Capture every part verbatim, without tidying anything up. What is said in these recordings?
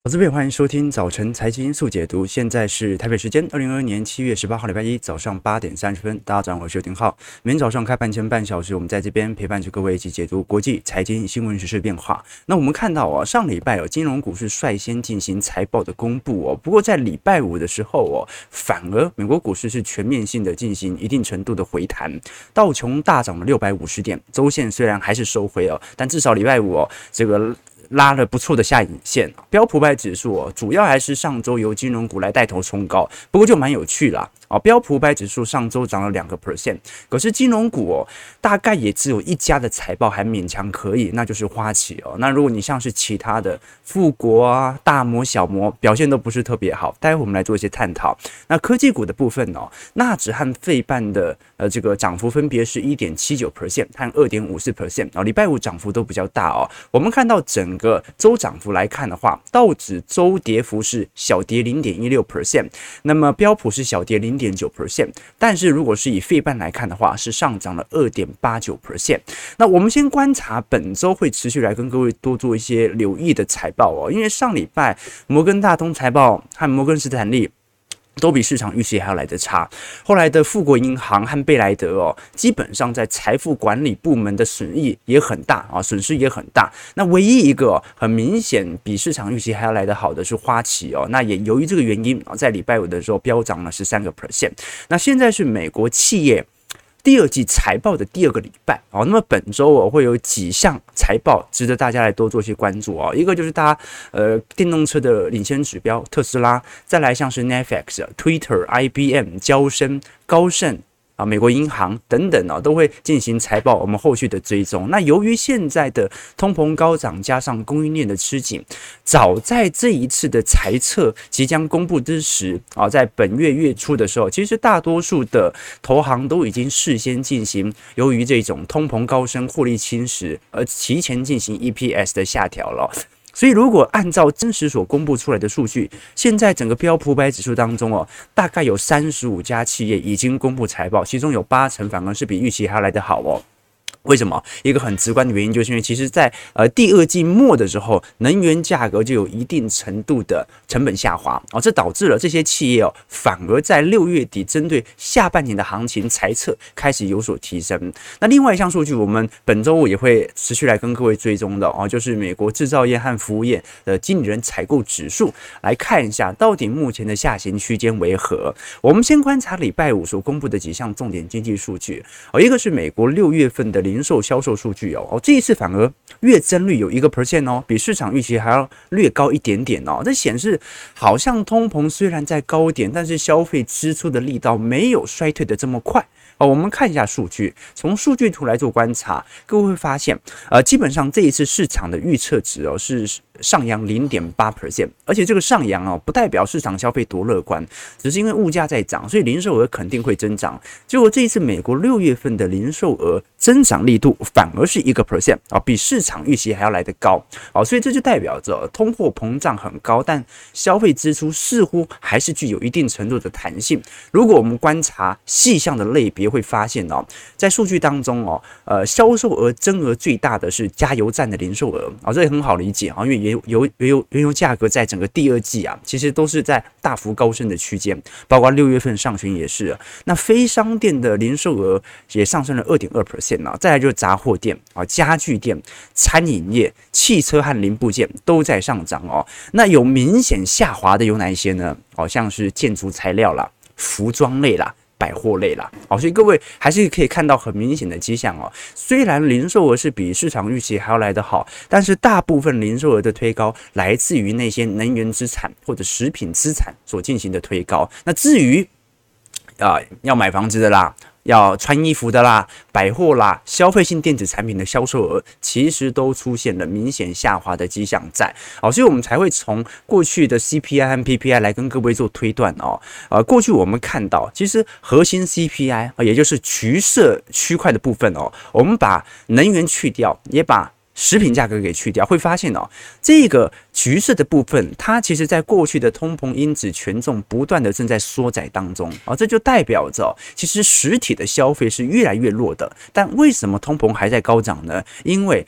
好，这边欢迎收听早晨财经速解读。现在是台北时间二零二二年七月十八号礼拜一早上八点三十分。大家早上好，我是邱廷浩。每天早上开盘前半小时，我们在这边陪伴着各位一起解读国际财经新闻时事变化。那我们看到啊，上礼拜哦，金融股是率先进行财报的公布哦。不过在礼拜五的时候哦，反而美国股市是全面性的进行一定程度的回弹，道琼大涨了六百五十点，周线虽然还是收回哦，但至少礼拜五哦，这个拉了不错的下影线，标普五百指数哦，主要还是上周由金融股来带头冲高，不过就蛮有趣啦。哦，标普五百指数上周涨了两个 percent， 可是金融股哦，大概也只有一家的财报还勉强可以，那就是花旗哦。那如果你像是其他的富国啊、大摩、小摩表现都不是特别好，待会我们来做一些探讨。那科技股的部分哦，纳指和费半的呃这个涨幅分别是 一点七九 percent 和 二点五四 percent 哦，礼拜五涨幅都比较大哦。我们看到整个周涨幅来看的话，道指周跌幅是小跌 零点一六 percent， 那么标普是小跌 零点九 percent， 但是如果是以费半来看的话，是上涨了 二点八九 percent。 那我们先观察本周会持续来跟各位多做一些留意的财报哦，因为上礼拜摩根大通财报和摩根士丹利都比市场预期还要来得差。后来的富国银行和贝莱德哦，基本上在财富管理部门的损益也很大啊，损失也很大。那唯一一个、哦、很明显比市场预期还要来得好的是花旗哦。那也由于这个原因啊，在礼拜五的时候飙涨了 百分之十三。那现在是美国企业第二季财报的第二个礼拜哦，那么本周哦会有几项财报值得大家来多做些关注哦。一个就是大家呃电动车的领先指标特斯拉，再来像是 Netflix、Twitter、I B M、交生、高盛。啊，美国银行等等啊，都会进行财报，我们后续的追踪。那由于现在的通膨高涨，加上供应链的吃紧，早在这一次的财测即将公布之时啊，在本月月初的时候，其实大多数的投行都已经事先进行，由于这种通膨高升、获利侵蚀，而提前进行 E P S 的下调了。所以，如果按照真实所公布出来的数据，现在整个标普五百指数当中哦，大概有三十五家企业已经公布财报，其中有八成反而是比预期还要来得好哦。为什么？一个很直观的原因，就是因为其实在呃第二季末的时候，能源价格就有一定程度的成本下滑哦，这导致了这些企业哦，反而在六月底针对下半年的行情财测开始有所提升。那另外一项数据，我们本周也会持续来跟各位追踪的哦，就是美国制造业和服务业的经理人采购指数，来看一下到底目前的下行区间为何。我们先观察礼拜五所公布的几项重点经济数据哦，一个是美国六月份的零售销售数据 哦, 哦，这一次反而月增率有一个 percent 哦，比市场预期还要略高一点点哦。这显示好像通膨虽然在高点，但是消费支出的力道没有衰退的这么快。哦，我们看一下数据，从数据图来做观察，各位会发现，呃，基本上这一次市场的预测值哦是上扬 百分之零点八， 而且这个上扬哦不代表市场消费多乐观，只是因为物价在涨，所以零售额肯定会增长。结果这一次美国六月份的零售额增长力度反而是一个 percent 啊，比市场预期还要来得高啊，所以这就代表着通货膨胀很高，但消费支出似乎还是具有一定程度的弹性。如果我们观察细项的类别，会发现哦，在数据当中哦，呃，销售额增额最大的是加油站的零售额啊，这也很好理解啊，因为原油原油原油价格在整个第二季啊，其实都是在大幅高升的区间，包括六月份上旬也是。那非商店的零售额也上升了 百分之二点二 啊，再来就是杂货店啊、家具店、餐饮业、汽车和零部件都在上涨哦。那有明显下滑的有哪一些呢？好像是建筑材料啦、服装类啦。百货类啦，哦，所以各位还是可以看到很明显的迹象哦。虽然零售额是比市场预期还要来得好，但是大部分零售额的推高来自于那些能源资产或者食品资产所进行的推高。那至于啊、呃，要买房子的啦。要穿衣服的啦、百货啦、消费性电子产品的销售额，其实都出现了明显下滑的迹象在。好，所以我们才会从过去的 C P I 和 P P I 来跟各位做推断哦。呃，过去我们看到，其实核心 C P I， 也就是橘色区块的部分哦，我们把能源去掉，也把食品价格给去掉，会发现哦，这个橘色的部分，它其实在过去的通膨因子权重不断的正在缩窄当中啊、哦，这就代表着、哦、其实实体的消费是越来越弱的。但为什么通膨还在高涨呢？因为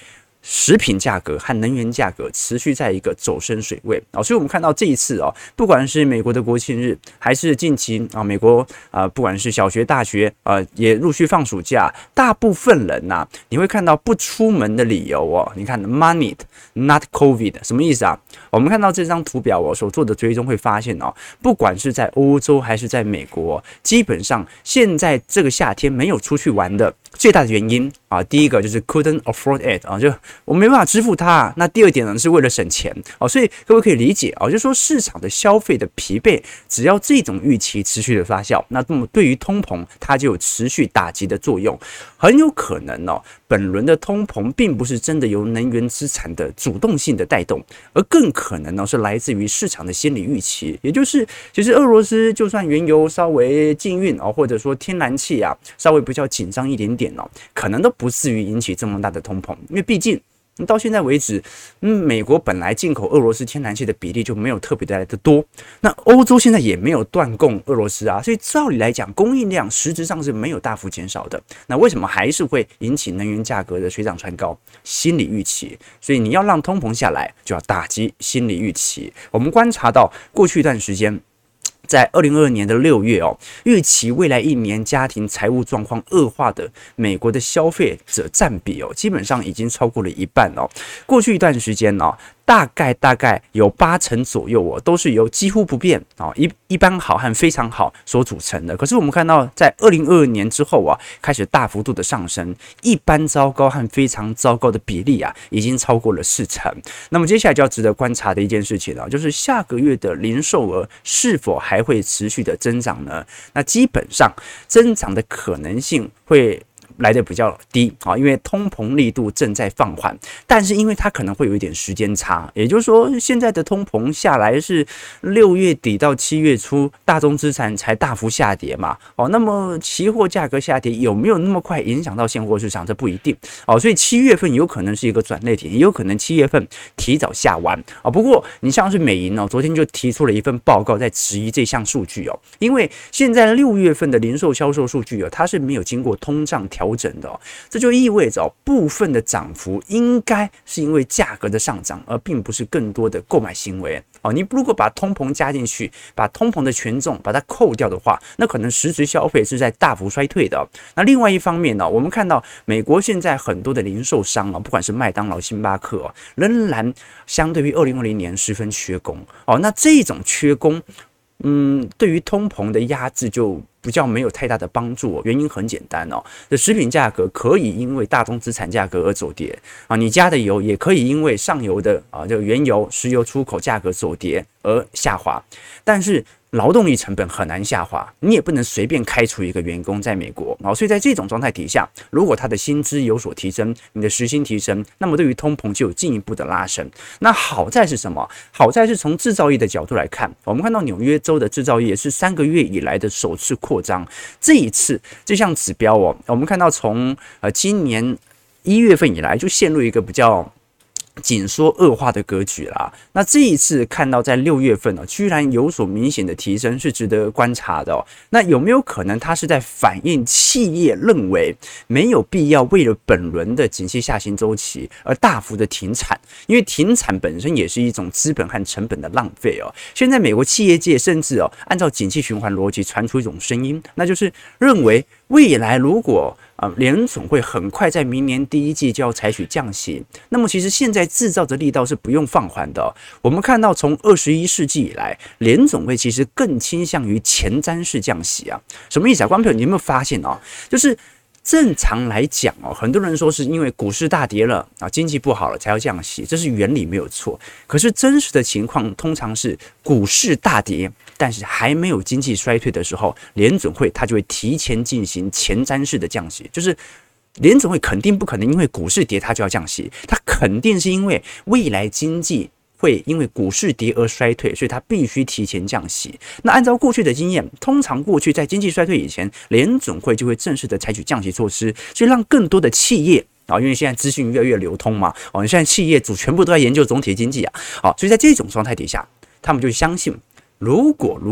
食品价格和能源价格持续在一个走升水位啊，所以我们看到这一次哦，不管是美国的国庆日，还是近期啊，美国啊，不管是小学、大学啊，也陆续放暑假，大部分人呐、啊，你会看到不出门的理由哦。你看 ，money not COVID 什么意思啊？我们看到这张图表我所做的追踪会发现哦，不管是在欧洲还是在美国，基本上现在这个夏天没有出去玩的最大的原因啊，第一个就是 couldn't afford it 啊，就我没办法支付它。那第二点呢，是为了省钱哦，所以各位可以理解啊，就是说市场的消费的疲惫，只要这种预期持续的发酵，那那么对于通膨它就有持续打击的作用，很有可能哦，本轮的通膨并不是真的由能源资产的主动性的带动，而更可能呢是来自于市场的心理预期，也就是其实俄罗斯就算原油稍微禁运啊，或者说天然气啊稍微比较紧张一点点哦，可能都不至于引起这么大的通膨，因为毕竟到现在为止，嗯，美国本来进口俄罗斯天然气的比例就没有特别的多，那欧洲现在也没有断供俄罗斯啊，所以照理来讲，供应量实质上是没有大幅减少的。那为什么还是会引起能源价格的水涨船高？心理预期，所以你要让通膨下来，就要打击心理预期。我们观察到过去一段时间。在二零二二年的六月哦，预期未来一年家庭财务状况恶化的美国的消费者占比哦，基本上已经超过了一半哦。过去一段时间哦，大概大概有八成左右哦，都是由几乎不变啊、哦、一一般好和非常好所组成的。可是我们看到，在二零二二年之后啊，开始大幅度的上升，一般糟糕和非常糟糕的比例啊，已经超过了四成。那么接下来就要值得观察的一件事情啊，就是下个月的零售额是否还会持续的增长呢？那基本上增长的可能性会来的比较低啊，因为通膨力度正在放缓，但是因为它可能会有一点时间差，也就是说现在的通膨下来是六月底到七月初，大宗资产才大幅下跌嘛，哦，那么期货价格下跌有没有那么快影响到现货市场？这不一定哦，所以七月份有可能是一个转捩点，也有可能七月份提早下弯啊。不过你像是美银哦，昨天就提出了一份报告在质疑这项数据哦，因为现在六月份的零售销售数据哦，它是没有经过通胀调调整的、哦，这就意味着、哦、部分的涨幅应该是因为价格的上涨，而并不是更多的购买行为。哦，你如果把通膨加进去，把通膨的权重把它扣掉的话，那可能实质消费是在大幅衰退的、哦。那另外一方面呢、哦，我们看到美国现在很多的零售商啊、哦，不管是麦当劳、星巴克、哦，仍然相对于二零二零年十分缺工。哦，那这种缺工，嗯，对于通膨的压制就比较没有太大的帮助、哦，原因很简单哦，这食品价格可以因为大宗资产价格而走跌啊，你加的油也可以因为上游的啊这个原油、石油出口价格走跌而下滑，但是劳动力成本很难下滑，你也不能随便开除一个员工在美国啊，所以在这种状态底下，如果他的薪资有所提升，你的时薪提升，那么对于通膨就有进一步的拉升。那好在是什么？好在是从制造业的角度来看，我们看到纽约州的制造业是三个月以来的首次扩张，这一次这项指标哦，我们看到从呃今年一月份以来就陷入一个比较紧缩恶化的格局啦。那这一次看到在六月份、哦、居然有所明显的提升，是值得观察的、哦。那有没有可能它是在反映企业认为没有必要为了本轮的景气下行周期而大幅的停产？因为停产本身也是一种资本和成本的浪费哦。现在美国企业界甚至哦按照景气循环逻辑传出一种声音，那就是认为未来如果啊，联总会很快在明年第一季就要采取降息。那么，其实现在制造的力道是不用放缓的、哦。我们看到，从二十一世纪以来，联总会其实更倾向于前瞻式降息啊。什么意思啊？观众朋友，你有没有发现哦？就是正常来讲哦，很多人说是因为股市大跌了啊，经济不好了才要降息，这是原理没有错。可是真实的情况通常是股市大跌，但是还没有经济衰退的时候，联准会它就会提前进行前瞻式的降息，就是联准会肯定不可能因为股市跌它就要降息，它肯定是因为未来经济会因为股市跌而衰退，所以它必须提前降息。那按照过去的经验，通常过去在经济衰退以前，联准会就会正式的采取降息措施，所以让更多的企业啊，因为现在资讯越来越流通嘛，哦，现在企业主全部都在研究总体经济啊，好，所以在这种状态底下，他们就相信。如果如果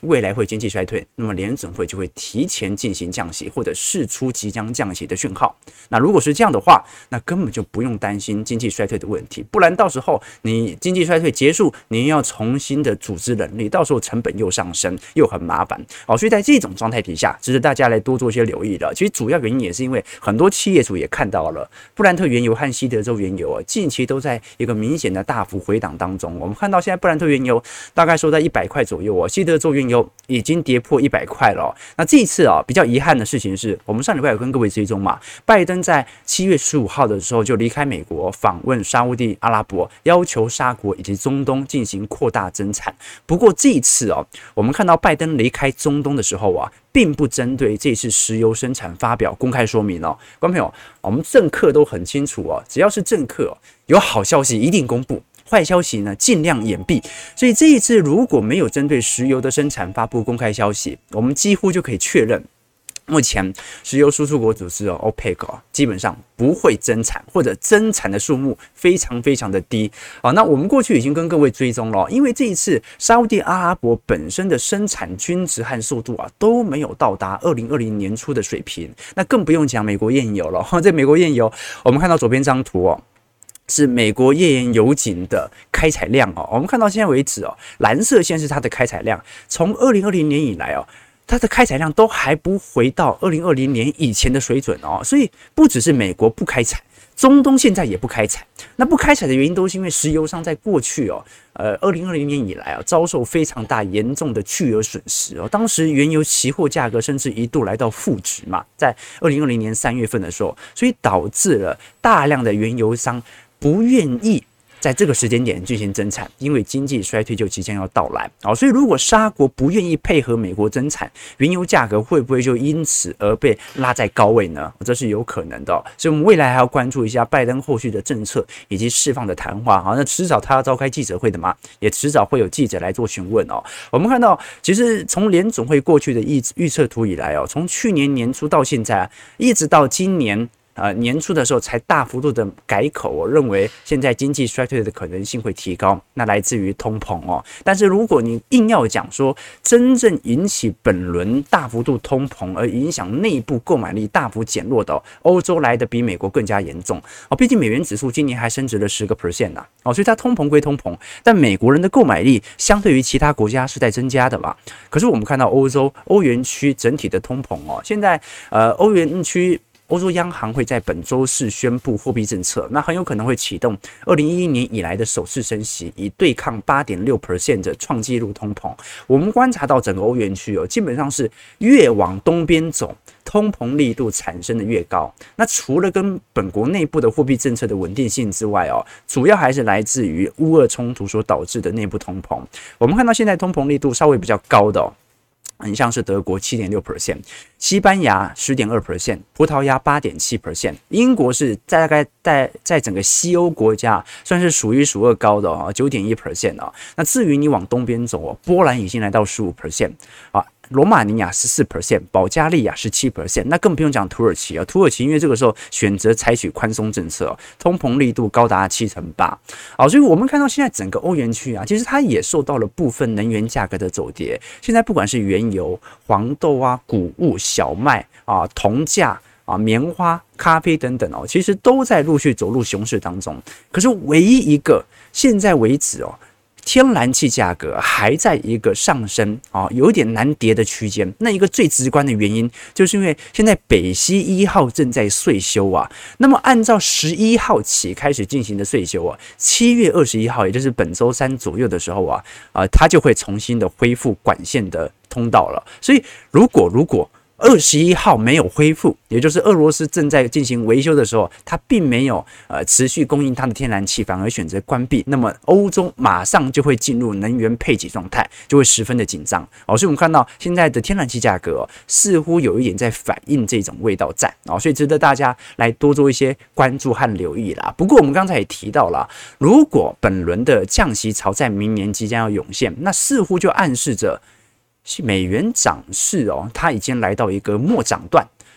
未来会经济衰退，那么联准会就会提前进行降息，或者释出即将降息的讯号。那如果是这样的话，那根本就不用担心经济衰退的问题，不然到时候你经济衰退结束，你要重新的组织人力，到时候成本又上升，又很麻烦。好，所以在这种状态底下，值得大家来多做一些留意的。其实主要原因也是因为很多企业主也看到了布兰特原油和西德州原油啊，近期都在一个明显的大幅回档当中。我们看到现在布兰特原油大概收在一百块左右哦，西德州原油已经跌破一百块了哦。那这一次啊，比较遗憾的事情是，我们上礼拜有跟各位追踪嘛，拜登在七月十五号的时候就离开美国，访问沙烏地阿拉伯，要求沙国以及中东进行扩大增产。不过这一次哦，我们看到拜登离开中东的时候啊，并不针对这次石油生产发表公开说明哦。观众朋友，我们政客都很清楚哦，只要是政客哦，有好消息一定公布，坏消息呢尽量掩蔽。所以这一次如果没有针对石油的生产发布公开消息，我们几乎就可以确认，目前石油输出国组织哦 OPEC 哦，基本上不会增产，或者增产的数目非常非常的低啊。那我们过去已经跟各位追踪了，因为这一次沙烏地阿拉伯本身的生产均值和速度啊都没有到达二零二零年初的水平，那更不用讲美国页岩油了。在美国页岩油，我们看到左边这张图哦，是美国页岩油井的开采量哦。我们看到现在为止哦，蓝色线是它的开采量，从二零二零年以来哦，它的开采量都还不回到二零二零年以前的水准哦，所以不只是美国不开采，中东现在也不开采。那不开采的原因都是因为石油商在过去哦，呃，二零二零年以来啊，遭受非常大严重的巨额损失哦。当时原油期货价格甚至一度来到负值嘛，在二零二零年三月份的时候，所以导致了大量的原油商不愿意在这个时间点进行增产，因为经济衰退就即将要到来啊，所以如果沙国不愿意配合美国增产，原油价格会不会就因此而被拉在高位呢？这是有可能的哦。所以我们未来还要关注一下拜登后续的政策以及释放的谈话啊。那迟早他要召开记者会的嘛，也迟早会有记者来做询问哦。我们看到，其实从联总会过去的预预测图以来哦，从去年年初到现在，一直到今年。呃，年初的时候才大幅度的改口，我认为现在经济衰退的可能性会提高，那来自于通膨哦。但是如果你硬要讲说真正引起本轮大幅度通膨而影响内部购买力大幅减弱的哦，欧洲来的比美国更加严重哦。毕竟美元指数今年还升值了十个 percent 呐哦，所以它通膨归通膨，但美国人的购买力相对于其他国家是在增加的嘛。可是我们看到欧洲欧元区整体的通膨哦，现在呃欧元区。欧洲央行会在本周四宣布货币政策，那很有可能会启动二零一一年以来的首次升息，以对抗 百分之八点六 的创纪录通膨。我们观察到整个欧元区哦，基本上是越往东边走，通膨力度产生的越高。那除了跟本国内部的货币政策的稳定性之外哦，主要还是来自于乌俄冲突所导致的内部通膨。我们看到现在通膨力度稍微比较高的哦。很像是德国 百分之七点六， 西班牙 百分之十点二， 葡萄牙 百分之八点七， 英国是大概在在整个西欧国家算是数一数二高的哦 百分之九点一 哦。那至于你往东边走哦，波兰已经来到 百分之十五 啊。罗马尼亚 百分之十四， 保加利亚 百分之十七， 那更不用讲土耳其啊。土耳其因为这个时候选择采取宽松政策，通膨力度高达七成八。好，所以我们看到现在整个欧元区啊，其实它也受到了部分能源价格的走跌。现在不管是原油、黄豆啊、谷物、小麦啊、铜价啊、棉花、咖啡等等哦，其实都在陆续走入熊市当中。可是唯一一个现在为止哦，天然气价格还在一个上升啊，有一点难跌的区间。那一个最直观的原因，就是因为现在北溪一号正在岁修啊。那么按照十一号起开始进行的岁修啊，七月二十一号，也就是本周三左右的时候啊，啊，它就会重新的恢复管线的通道了。所以如果如果二十一号没有恢复，也就是俄罗斯正在进行维修的时候，它并没有呃持续供应它的天然气，反而选择关闭，那么欧洲马上就会进入能源配给状态，就会十分的紧张哦。所以我们看到现在的天然气价格、哦、似乎有一点在反映这种味道在哦，所以值得大家来多做一些关注和留意啦。不过我们刚才也提到了，如果本轮的降息潮在明年即将要涌现，那似乎就暗示着美元涨势哦，它已经来到一个末涨段，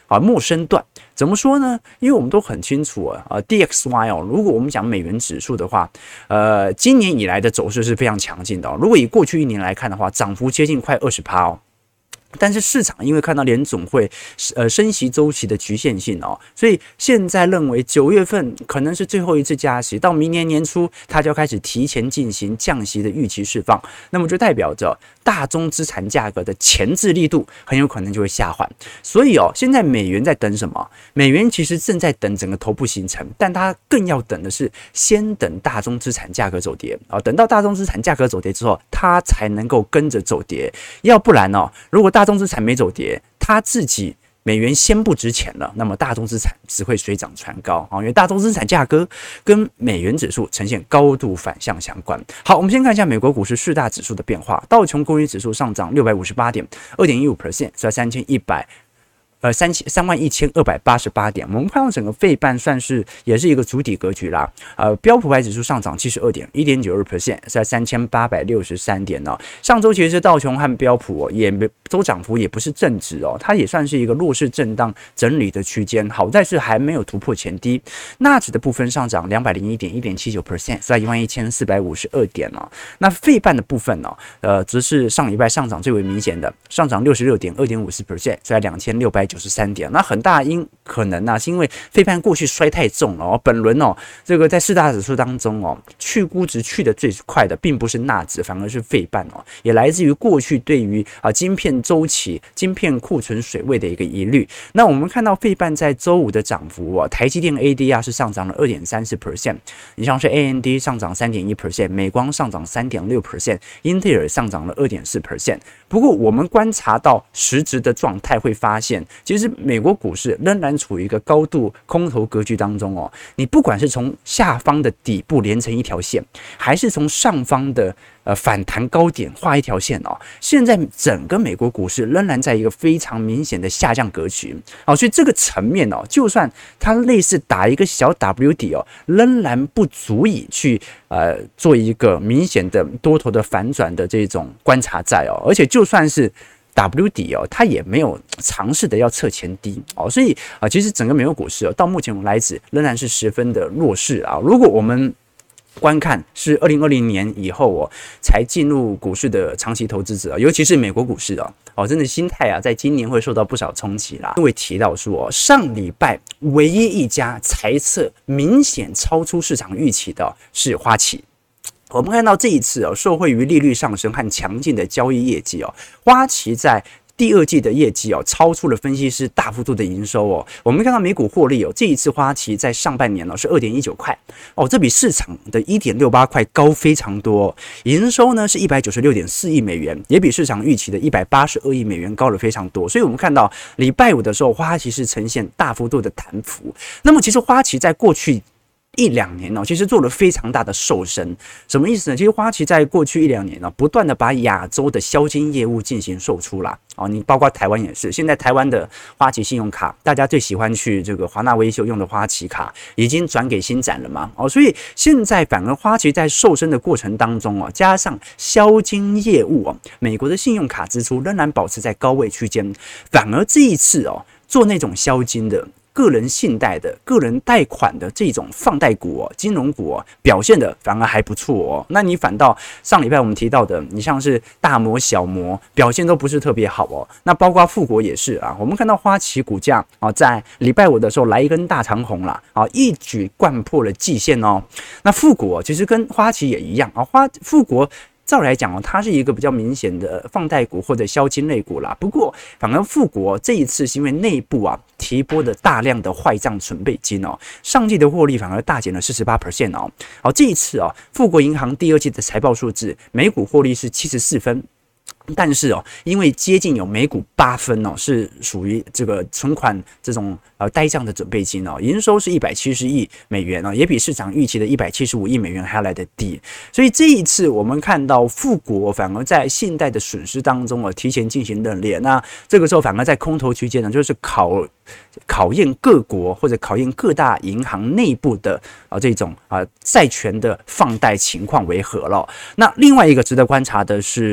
啊末升段。怎么说呢？因为我们都很清楚啊，呃 D X Y 哦，如果我们讲美元指数的话，呃，今年以来的走势是非常强劲的哦。如果以过去一年来看的话，涨幅接近快 百分之二十 哦。但是市场因为看到联总会呃升息周期的局限性哦，所以现在认为九月份可能是最后一次加息，到明年年初它就要开始提前进行降息的预期释放，那么就代表着大宗资产价格的前置力度很有可能就会下缓。所以哦，现在美元在等什么？美元其实正在等整个头部形成，但它更要等的是先等大宗资产价格走跌啊，等到大宗资产价格走跌之后，它才能够跟着走跌，要不然哦，如果大宗资产没走跌，它自己美元先不值钱了，那么大宗资产只会水涨船高啊，因为大宗资产价格跟美元指数呈现高度反向相关。好，我们先看一下美国股市四大指数的变化，道琼工业指数上涨六百五十八点， 二点一五 percent， 在三千一百呃，三千三万一千二百八十八点，我们看到整个费半算是也是一个主体格局啦。呃，标普百指数上涨七十二点， 一点九二 percent， 在三千八百六十三点哦。上周其实道琼和标普哦，也周涨幅也不是正值哦，它也算是一个弱势震荡整理的区间，好在是还没有突破前低。纳指的部分上涨两百零一点， 一点七九 percent， 在一万一千四百五十二点哦。那费半的部分哦，呃，则是上礼拜上涨最为明显的，上涨六十六点， 二点五四 percent， 在两千六百九十三点，那很大因可能啊，是因为费半过去摔太重了哦。本轮哦，这个在四大指数当中哦，去估值去的最快的，并不是纳指，反而是费半哦，也来自于过去对于啊晶片周期、晶片库存水位的一个疑虑。那我们看到费半在周五的涨幅哦，台积电 A D R 是上涨了 二点三四 percent， 你像是 A M D 上涨 三点一 percent， 美光上涨 三点六 percent， 英特尔上涨了 二点四 percent。不过我们观察到实质的状态，会发现其实美国股市仍然处于一个高度空头格局当中哦。你不管是从下方的底部连成一条线，还是从上方的呃反弹高点画一条线哦，现在整个美国股市仍然在一个非常明显的下降格局哦，所以这个层面哦，就算它类似打一个小 W 底哦，仍然不足以去呃做一个明显的多头的反转的这种观察在哦，而且就算是W 底哦，它也没有尝试的要测前低哦，所以啊、呃，其实整个美国股市哦，到目前为止仍然是十分的弱势啊。如果我们观看是二零二零年以后哦，才进入股市的长期投资者，尤其是美国股市哦，哦，真的心态啊，在今年会受到不少冲击啦。因为提到说哦，上礼拜唯一一家财测明显超出市场预期的是花旗。我们看到这一次哦，受惠于利率上升和强劲的交易业绩哦，花旗在第二季的业绩哦，超出了分析师大幅度的营收哦。我们看到美股获利哦，这一次花旗在上半年哦是 二点一九块哦，这比市场的 一点六八块高非常多。营收呢是 一百九十六点四亿美元，也比市场预期的一百八十二亿美元高了非常多。所以我们看到礼拜五的时候，花旗是呈现大幅度的弹幅。那么其实花旗在过去一两年哦，其实做了非常大的瘦身，什么意思呢？其实花旗在过去一两年呢，不断的把亚洲的销金业务进行售出啦。哦，你包括台湾也是，现在台湾的花旗信用卡，大家最喜欢去这个华纳维修用的花旗卡，已经转给新展了嘛？哦，所以现在反而花旗在瘦身的过程当中哦，加上销金业务哦，美国的信用卡支出仍然保持在高位区间，反而这一次哦，做那种销金的个人信贷的、个人贷款的这种放贷股哦、金融股哦，表现的反而还不错哦。那你反倒上礼拜我们提到的，你像是大摩、小摩表现都不是特别好哦。那包括富国也是啊，我们看到花旗股价啊，在礼拜五的时候来一根大长红啦，啊，一举灌破了季线哦。那富国其实跟花旗也一样啊，花富国。照来讲哦，它是一个比较明显的放贷股或者销金类股啦。不过，反而富国这一次是因为内部啊提拨的大量的坏账准备金哦，上季的获利反而大减了 百分之四十八 哦。好，这一次哦，富国银行第二季的财报数字，每股获利是七十四分。但是哦，因为接近有每股八分哦，是属于这个存款这种呃呆账的准备金哦，营收是一百七十亿美元哦，也比市场预期的一百七十五亿美元还要来得低。所以这一次我们看到富国反而在信贷的损失当中哦，提前进行认列。那这个时候反而在空头区间呢，就是考考验各国或者考验各大银行内部的啊这种啊债权的放贷情况为何了。那另外一个值得观察的是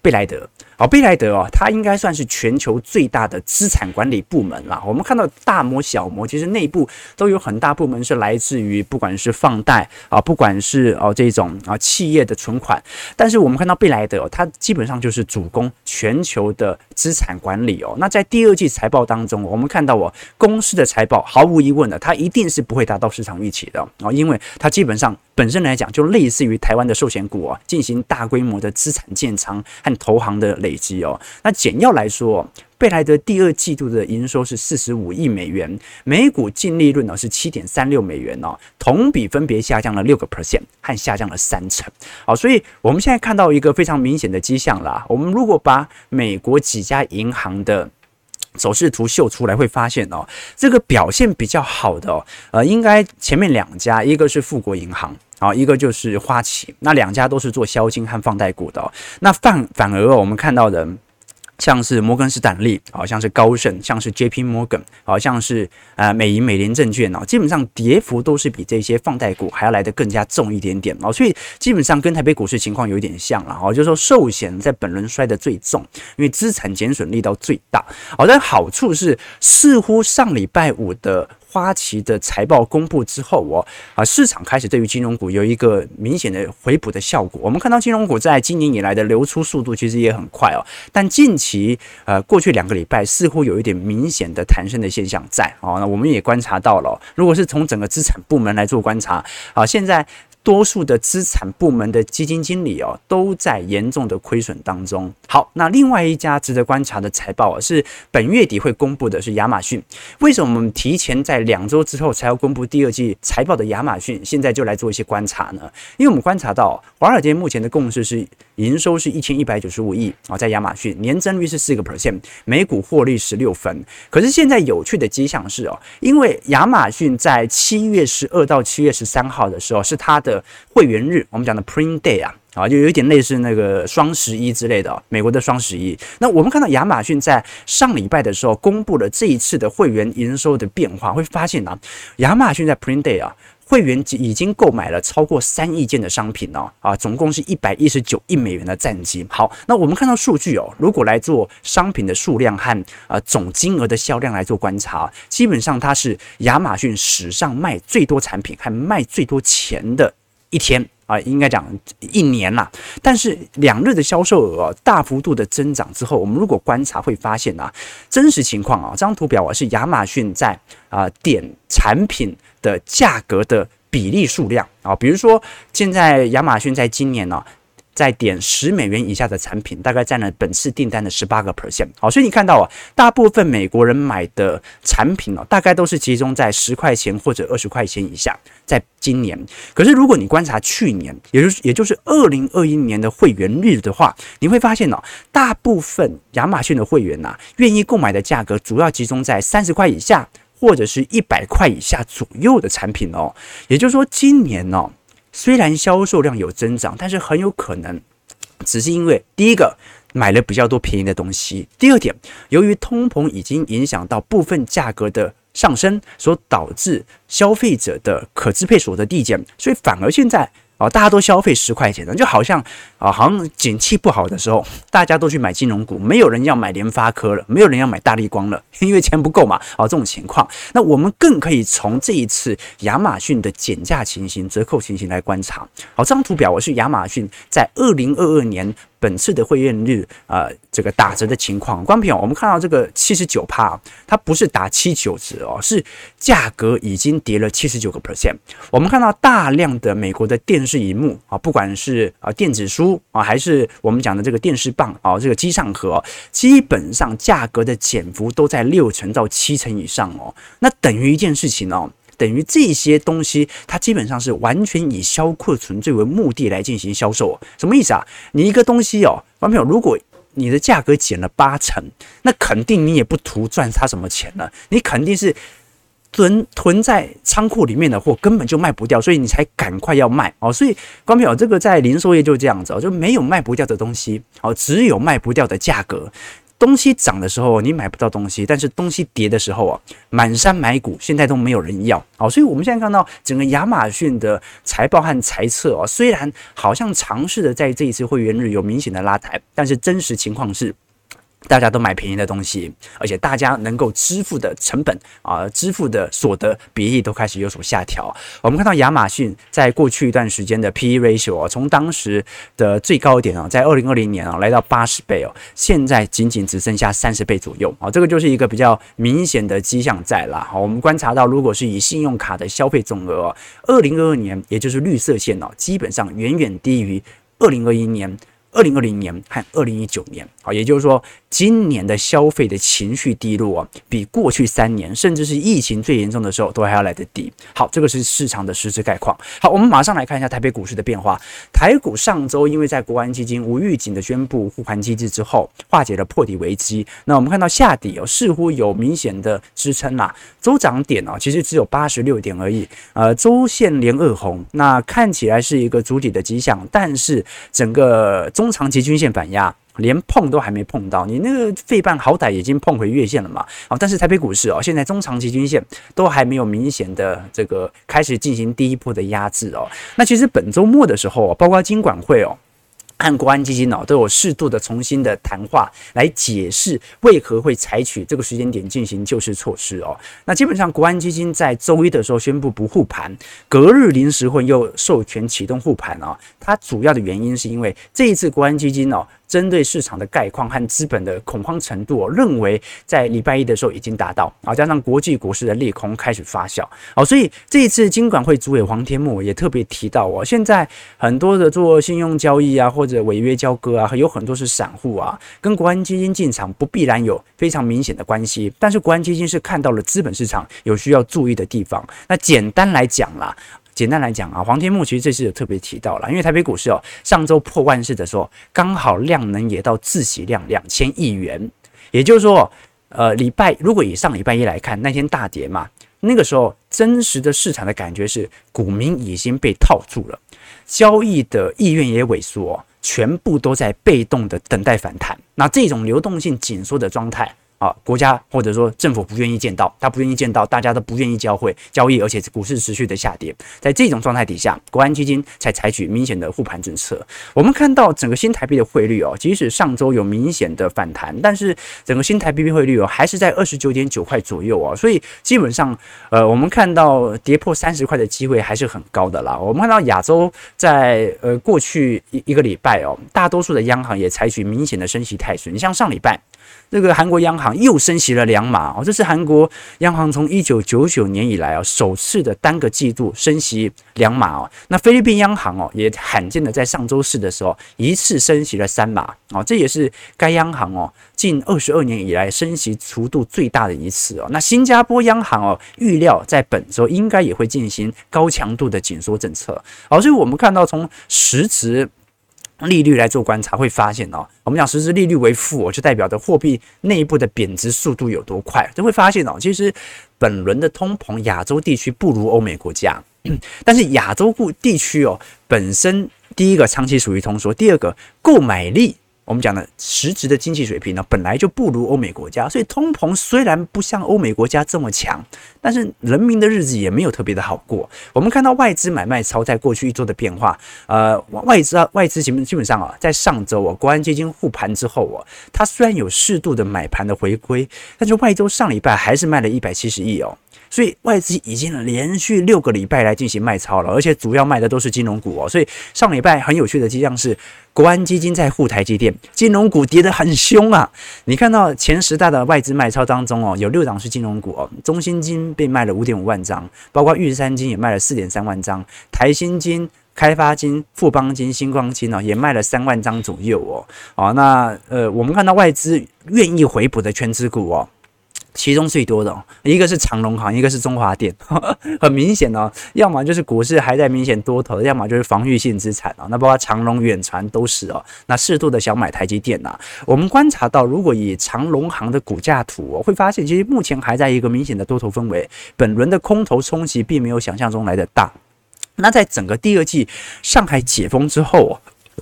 贝莱德。好，贝莱德哦，它应该算是全球最大的资产管理部门啦。我们看到大摩、小摩，其实内部都有很大部门是来自于不管是放贷啊，不管是哦这种啊企业的存款。但是我们看到贝莱德、哦，它基本上就是主攻全球的资产管理哦。那在第二季财报当中，我们看到哦，公司的财报毫无疑问的，它一定是不会达到市场预期的哦，因为它基本上本身来讲就类似于台湾的寿险股哦，进行大规模的资产建仓和投行的累积哦。那简要来说，贝莱德第二季度的营收是四十五亿美元，每股净利润呢是 七点三六美元哦，同比分别下降了 百分之六 和下降了三成。好，所以我们现在看到一个非常明显的迹象啦。我们如果把美国几家银行的走势图秀出来，会发现哦，这个表现比较好的哦，呃，应该前面两家，一个是富国银行。好，一个就是花旗，那两家都是做销金和放贷股的哦。那反反而、哦、我们看到的，像是摩根士丹利，好像是高盛，像是 J P Morgan， 好像是呃美银美林证券哦，基本上跌幅都是比这些放贷股还要来得更加重一点点哦。所以基本上跟台北股市情况有一点像了哦，就是说寿险在本轮摔得最重，因为资产减损力道最大。好，但好处是似乎上礼拜五的花旗的财报公布之后哦，啊，市场开始对于金融股有一个明显的回补的效果。我们看到金融股在今年以来的流出速度其实也很快哦，但近期呃过去两个礼拜似乎有一点明显的弹升的现象在哦。那我们也观察到了、哦，如果是从整个资产部门来做观察啊，现在多数的资产部门的基金经理哦，都在严重的亏损当中。好，那另外一家值得观察的财报、哦、是本月底会公布的，是亚马逊。为什么我们提前在两周之后才要公布第二季财报的亚马逊，现在就来做一些观察呢？因为我们观察到，华尔街目前的共识是营收是一千一百九十五亿啊，在亚马逊年增率是 百分之四， 每股获利十六分。可是现在有趣的迹象是哦，因为亚马逊在七月十二到七月十三号的时候是它的会员日，我们讲的 Prime Day 啊。啊，就有一点类似那个双十一之类的、哦，美国的双十一。那我们看到亚马逊在上礼拜的时候公布了这一次的会员营收的变化，会发现啊，亚马逊在 Prime Day 啊，会员已经购买了超过三亿件的商品哦，啊，总共是一百一十九亿美元的战绩。好，那我们看到数据哦，如果来做商品的数量和呃总金额的销量来做观察，基本上它是亚马逊史上卖最多产品和卖最多钱的一天。啊，应该讲一年啦，但是两日的销售额、哦、大幅度的增长之后，我们如果观察会发现啊，真实情况啊，这张图表啊是亚马逊在啊点产品的价格的比例数量啊，比如说现在亚马逊在今年呢、啊。在点十美元以下的产品，大概占了本次订单的 百分之十八。 好，所以你看到啊，大部分美国人买的产品哦，大概都是集中在十块钱或者二十块钱以下。在今年，可是如果你观察去年，也就是也就是二零二一年的会员日的话，你会发现哦，大部分亚马逊的会员呐、啊，愿意购买的价格主要集中在三十块以下，或者是一百块以下左右的产品哦。也就是说，今年哦。虽然销售量有增长，但是很有可能只是因为第一个买了比较多便宜的东西，第二点，由于通膨已经影响到部分价格的上升，所导致消费者的可支配所得递减，所以反而现在哦，大家都消费十块钱的，就好像啊，好像景气不好的时候，大家都去买金融股，没有人要买联发科了，没有人要买大立光了，因为钱不够嘛。啊，这种情况，那我们更可以从这一次亚马逊的减价情形、折扣情形来观察。好，这张图表我是亚马逊在二零二二年本次的会员日啊、呃，这个打折的情况。观众朋友，我们看到这个 百分之七十九， 它不是打七九折哦，是价格已经跌了 百分之七十九。我们看到大量的美国的电视萤幕啊，不管是啊电子书啊，还是我们讲的这个电视棒啊，这个机上盒、哦，基本上价格的减幅都在六成到七成以上哦。那等于一件事情哦。等于这些东西，它基本上是完全以销库存最为目的来进行销售、哦。什么意思啊？你一个东西哦，观众朋友，如果你的价格减了八成，那肯定你也不图赚它什么钱了，你肯定是囤囤在仓库里面的货根本就卖不掉，所以你才赶快要卖哦。所以观众朋友，这个在零售业就这样子哦，就没有卖不掉的东西哦，只有卖不掉的价格。 东西涨的时候你买不到东西，但是东西跌的时候啊，满山买股，现在都没有人要。好，所以我们现在看到整个亚马逊的财报和财测哦，虽然好像尝试的在这一次会员日有明显的拉抬，但是真实情况是，大家都买便宜的东西，而且大家能够支付的成本啊，支付的所得比例都开始有所下调。我们看到亚马逊在过去一段时间的 P E ratio 啊，从当时的最高点啊，在二零二零年啊来到八十倍哦，现在仅仅只剩下三十倍左右啊，这个就是一个比较明显的迹象在啦。好，我们观察到，如果是以信用卡的消费总额哦，二零二二年也就是绿色线哦，基本上远远低于二零二一年。二零二零年和二零一九年，好，也就是说，今年的消费的情绪低落啊，比过去三年，甚至是疫情最严重的时候，都还要来得低。好，这个是市场的实质概况。好，我们马上来看一下台北股市的变化。台股上周因为在国安基金无预警的宣布护盘机制之后，化解了破底危机。那我们看到下底哦，似乎有明显的支撑啦。周涨点哦，其实只有八十六点而已。呃，周线连二红，那看起来是一个主体的迹象，但是整个中长期均线反压，连碰都还没碰到，你那个费半好歹已经碰回月线了嘛？好，但是台北股市哦，现在中长期均线都还没有明显的这个开始进行第一波的压制哦。那其实本周末的时候，包括金管会哦和国安基金哦都有适度的重新的谈话来解释为何会采取这个时间点进行救市措施哦。那基本上国安基金在周一的时候宣布不护盘，隔日临时会又授权启动护盘哦。它主要的原因是因为这一次国安基金哦，针对市场的概况和资本的恐慌程度、哦，认为在礼拜一的时候已经达到啊，加上国际股市的利空开始发酵，好，所以这一次金管会主委黄天牧也特别提到哦，现在很多的做信用交易啊，或者违约交割啊，有很多是散户啊，跟国安基金进场不必然有非常明显的关系，但是国安基金是看到了资本市场有需要注意的地方。那简单来讲啦。简单来讲啊，黄天牧其实这次有特别提到了，因为台北股市哦，上周破万市的时候，刚好量能也到自息量两千亿元，也就是说，呃，礼拜如果以上礼拜一来看，那天大跌嘛，那个时候真实的市场的感觉是股民已经被套住了，交易的意愿也萎缩、哦，全部都在被动的等待反弹。那这种流动性紧缩的状态。啊，国家或者说政府不愿意见到，他不愿意见到，大家都不愿意交汇交易，而且股市持续的下跌，在这种状态底下，国安基金才采取明显的护盘政策。我们看到整个新台币的汇率哦，即使上周有明显的反弹，但是整个新台币汇率哦还是在二十九点九块左右哦，所以基本上呃，我们看到跌破三十块的机会还是很高的啦。我们看到亚洲在呃过去一一个礼拜哦，大多数的央行也采取明显的升息态势，你像上礼拜。这个韩国央行又升息了两码哦，这是韩国央行从一九九九年以来啊首次的单个季度升息两码哦。那菲律宾央行哦也罕见的在上周四的时候一次升息了三码哦，这也是该央行哦近二十二年以来升息幅度最大的一次哦。那新加坡央行哦预料在本周应该也会进行高强度的紧缩政策哦，所以我们看到从实质。利率来做观察，会发现哦，我们讲实质利率为负哦，就代表着货币内部的贬值速度有多快。就会发现哦，其实本轮的通膨，亚洲地区不如欧美国家，但是亚洲地区哦本身第一个长期属于通缩，第二个购买力。我们讲的实质的经济水平呢，本来就不如欧美国家，所以通膨虽然不像欧美国家这么强，但是人民的日子也没有特别的好过。我们看到外资买卖超在过去一周的变化，呃，外资啊，外资基本基本上啊，在上周啊，国安基金护盘之后啊，它虽然有适度的买盘的回归，但是外周上礼拜还是卖了一百七十亿哦。所以外资已经连续六个礼拜来进行卖超了，而且主要卖的都是金融股哦。所以上礼拜很有趣的迹象是，国安基金在护台积电，金融股跌得很凶啊。你看到前十大的外资卖超当中哦，有六档是金融股哦，中信金被卖了 五点五万张，包括玉山金也卖了 四点三万张，台新金。开发金、富邦金、星光金哦，也卖了三万张左右哦。哦，那呃，我们看到外资愿意回补的全指股哦。其中最多的、哦、一个是长荣行，一个是中华电，呵呵很明显哦，要么就是股市还在明显多头，要么就是防御性资产哦。那包括长荣、远传都是哦。那适度的小买台积电呐、啊，我们观察到，如果以长荣行的股价图哦，会发现其实目前还在一个明显的多头氛围，本轮的空头冲击并没有想象中来的大。那在整个第二季上海解封之后、哦。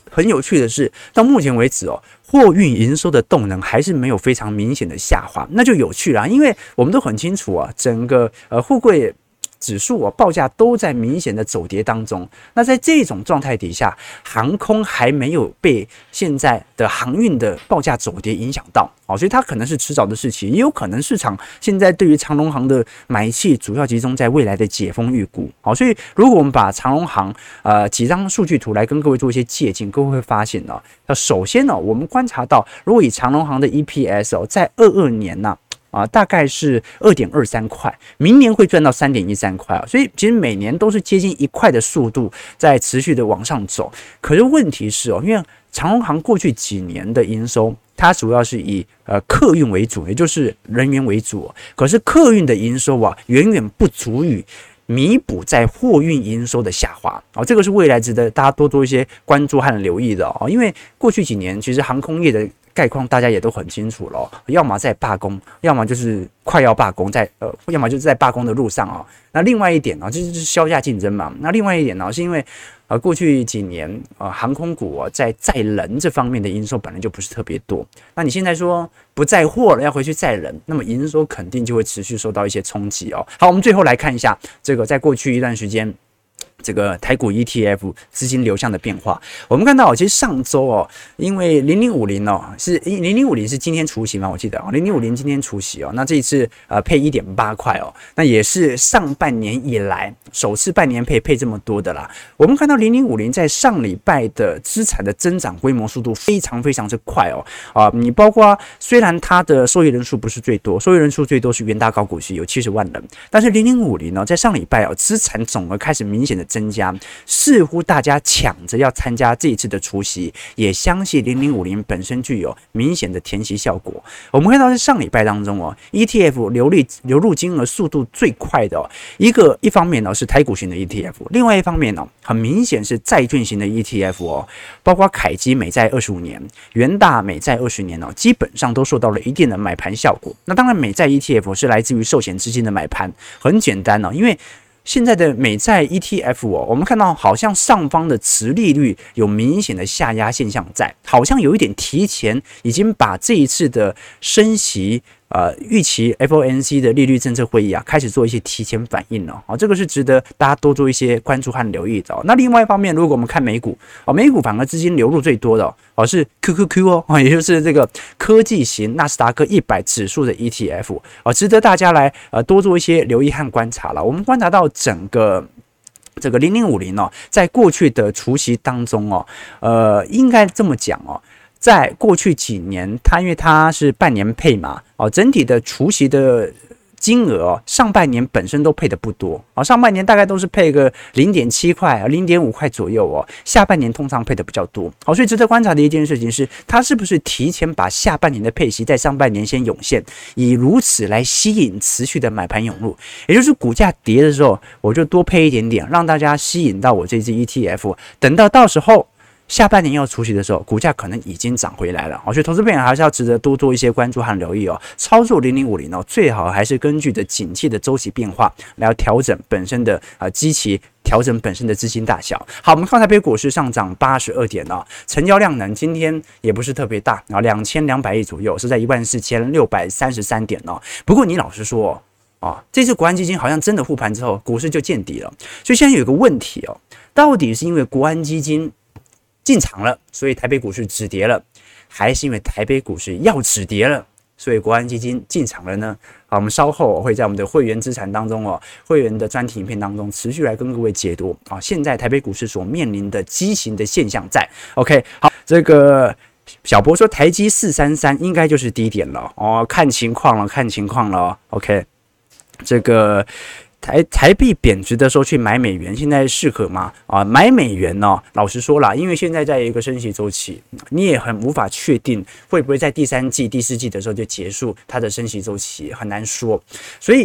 很有趣的是，到目前为止哦，货运营收的动能还是没有非常明显的下滑，那就有趣啦，因为我们都很清楚啊，整个呃货柜指数啊，报价都在明显的走跌当中。那在这种状态底下，航空还没有被现在的航运的报价走跌影响到，哦，所以它可能是迟早的事情，也有可能市场现在对于长荣航的买气主要集中在未来的解封预估。好，所以如果我们把长荣航呃几张数据图来跟各位做一些借鉴，各位会发现呢，那首先呢，我们观察到，如果以长荣航的 E P S 哦，在二二年呢、啊。啊，大概是 二点二三块，明年会赚到 三点一三块啊，所以其实每年都是接近一块的速度在持续的往上走。可是问题是哦，因为长荣航过去几年的营收，它主要是以呃客运为主，也就是人员为主，可是客运的营收啊，远远不足以弥补在货运营收的下滑，哦，这个是未来值得大家多做一些关注和留意的哦，因为过去几年其实航空业的概况大家也都很清楚了，要么在罢工，要么就是快要罢工，在呃，要么就是在罢工的路上啊。那另外一点呢，就是销价竞争嘛。那另外一点呢，是因为呃过去几年呃航空股啊在载人这方面的营收本来就不是特别多，那你现在说不载货了，要回去载人，那么营收肯定就会持续受到一些冲击哦。好，我们最后来看一下这个在过去一段时间，这个台股 E T F 资金流向的变化，我们看到，其实上周哦，因为零零五零哦是零零五零是今天除息嘛，我记得哦，零零五零今天除息哦，那这一次呃配 一点八块哦，那也是上半年以来首次半年配配这么多的啦。我们看到零零五零在上礼拜的资产的增长规模速度非常非常之快哦啊，你包括虽然它的受益人数不是最多，受益人数最多是元大高股息有七十万人，但是零零五零呢在上礼拜哦资产总额开始明显的增加，似乎大家抢着要参加这一次的除息，也相信零零五零本身具有明显的填息效果。我们看到在上礼拜当中哦 ，E T F 流利流入金额速度最快的、哦、一个一方面呢是台股型的 E T F， 另外一方面呢很明显是债券型的 E T F 哦，包括凯基美债二十五年、元大美债二十年哦，基本上都受到了一定的买盘效果。那当然美债 E T F 是来自于寿险资金的买盘，很简单哦，因为现在的美债 E T F 哦，我们看到好像上方的殖利率有明显的下压现象在，好像有一点提前已经把这一次的升息呃预期 F O M C 的利率政策会议啊开始做一些提前反应了，哦，这个是值得大家多做一些关注和留意的，哦。那另外一方面，如果我们看美股哦，美股反而资金流入最多的哦是 Q Q Q 哦，也就是这个科技型纳斯达克一百指数的 E T F 哦，值得大家来呃多做一些留意和观察了。我们观察到整个这个零零五零哦，在过去的除息当中哦，呃，应该这么讲哦。在过去几年，它因为它是半年配嘛，哦，整体的除息的金额哦，上半年本身都配的不多，哦，上半年大概都是配个 零点七块、零点五块左右哦，下半年通常配的比较多，好，所以值得观察的一件事情是，它是不是提前把下半年的配息在上半年先涌现，以如此来吸引持续的买盘涌入，也就是股价跌的时候，我就多配一点点，让大家吸引到我这支 E T F， 等到到时候下半年要除息的时候，股价可能已经涨回来了，所以投资朋友还是要值得多做一些关注和留意哦。操作零零五零哦，最好还是根据的景气的周期变化来调整本身的啊基期，调整本身的资金大小。好，我们看台北股市上涨八十二点哦，成交量呢今天也不是特别大啊，两千两百亿左右，是在一万四千六百三十三点哦。不过你老实说哦，这次国安基金好像真的护盘之后，股市就见底了。所以现在有一个问题哦，到底是因为国安基金进场了，所以台北股市止跌了，还是因为台北股市要止跌了，所以国安基金进场了呢？好，我们稍后会在我们的会员资产当中哦，会员的专题影片当中持续来跟各位解读啊，现在台北股市所面临的畸形的现象在。OK， 好，这个小博说台积四三三应该就是低点了哦，看情况了，看情况了哦。OK， 这个。台台币贬值的时候去买美元，现在适合吗？啊，买美元呢、哦？老实说啦，因为现在在一个升息周期，你也很无法确定会不会在第三季、第四季的时候就结束它的升息周期，很难说。所以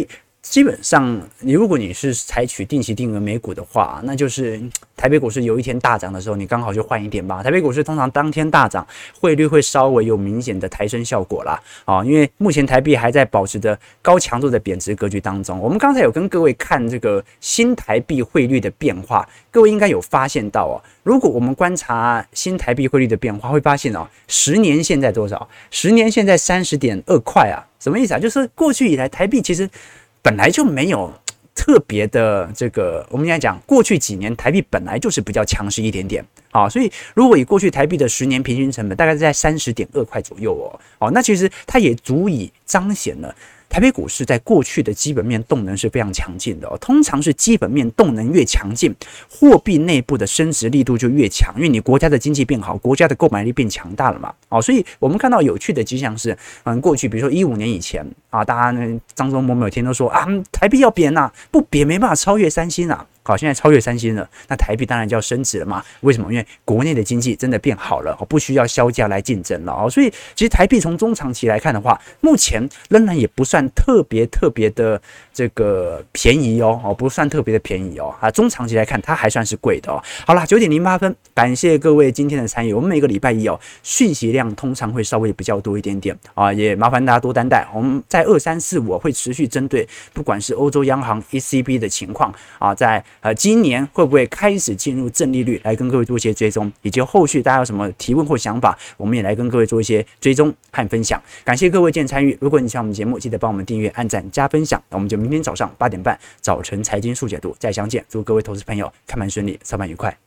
基本上，你如果你是采取定期定额美股的话，那就是台北股市有一天大涨的时候，你刚好就换一点吧。台北股市通常当天大涨，汇率会稍微有明显的抬升效果啦。啊，因为目前台币还在保持着高强度的贬值格局当中。我们刚才有跟各位看这个新台币汇率的变化，各位应该有发现到哦。如果我们观察新台币汇率的变化，会发现哦，十年现在多少？十年现在三十点二块啊，什么意思啊？就是过去以来台币其实本来就没有特别的这个，我们应该讲，过去几年台币本来就是比较强势一点点，好，所以如果以过去台币的十年平均成本大概在三十点二块左右哦，哦，那其实它也足以彰显了台北股市在过去的基本面动能是非常强劲的哦，通常是基本面动能越强劲，货币内部的升值力度就越强，因为你国家的经济变好，国家的购买力变强大了嘛，哦，所以我们看到有趣的迹象是，嗯，过去比如说一五年以前啊，大家呢张忠谋每天都说啊，台币要贬呐、啊，不贬没办法超越三星啊。好，现在超越三星了，那台币当然就要升值了嘛？为什么？因为国内的经济真的变好了，不需要削价来竞争了哦。所以其实台币从中长期来看的话，目前仍然也不算特别特别的这个便宜哦，哦，不算特别的便宜哦。啊，中长期来看，它还算是贵的哦。好啦，九点零八分，感谢各位今天的参与。我们每个礼拜一哦，讯息量通常会稍微比较多一点点啊，也麻烦大家多担待。我们在二三四五会持续针对不管是欧洲央行 E C B 的情况啊，在呃，今年会不会开始进入正利率？来跟各位做一些追踪，以及后续大家有什么提问或想法，我们也来跟各位做一些追踪和分享。感谢各位今天参与。如果你喜欢我们节目，记得帮我们订阅、按赞、加分享。那我们就明天早上八点半早晨财经速解读再相见。祝各位投资朋友开盘顺利，上班愉快。